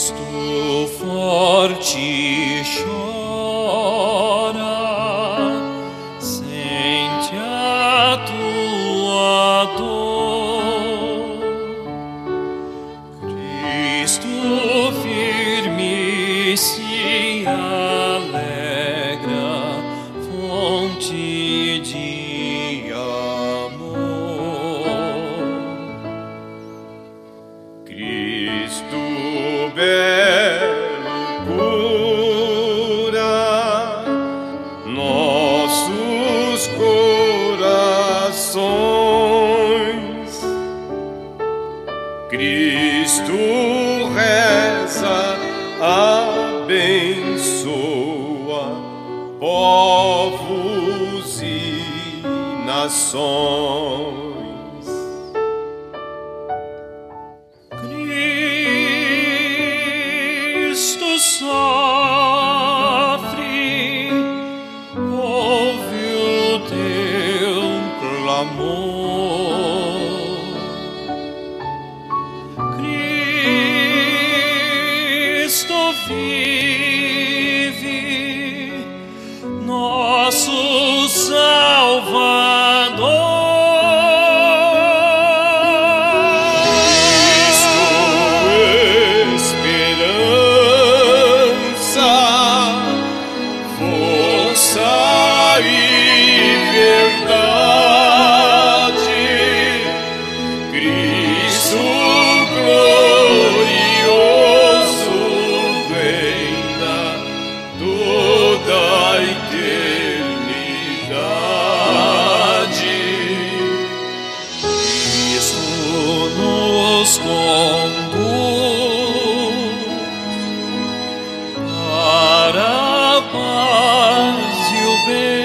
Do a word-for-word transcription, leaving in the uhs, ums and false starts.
Cristo forte chora, sente a tua dor. Cristo firme se alegra, fonte de amor. Cristo belo cura nossos corações. Cristo reza, abençoa povos e nações. Cristo sofre, ouve o teu clamor. Cristo vive, nosso Salvador. Força e verdade, Cristo glorioso reina toda a eternidade. Cristo nos conduz para a paz e o bem.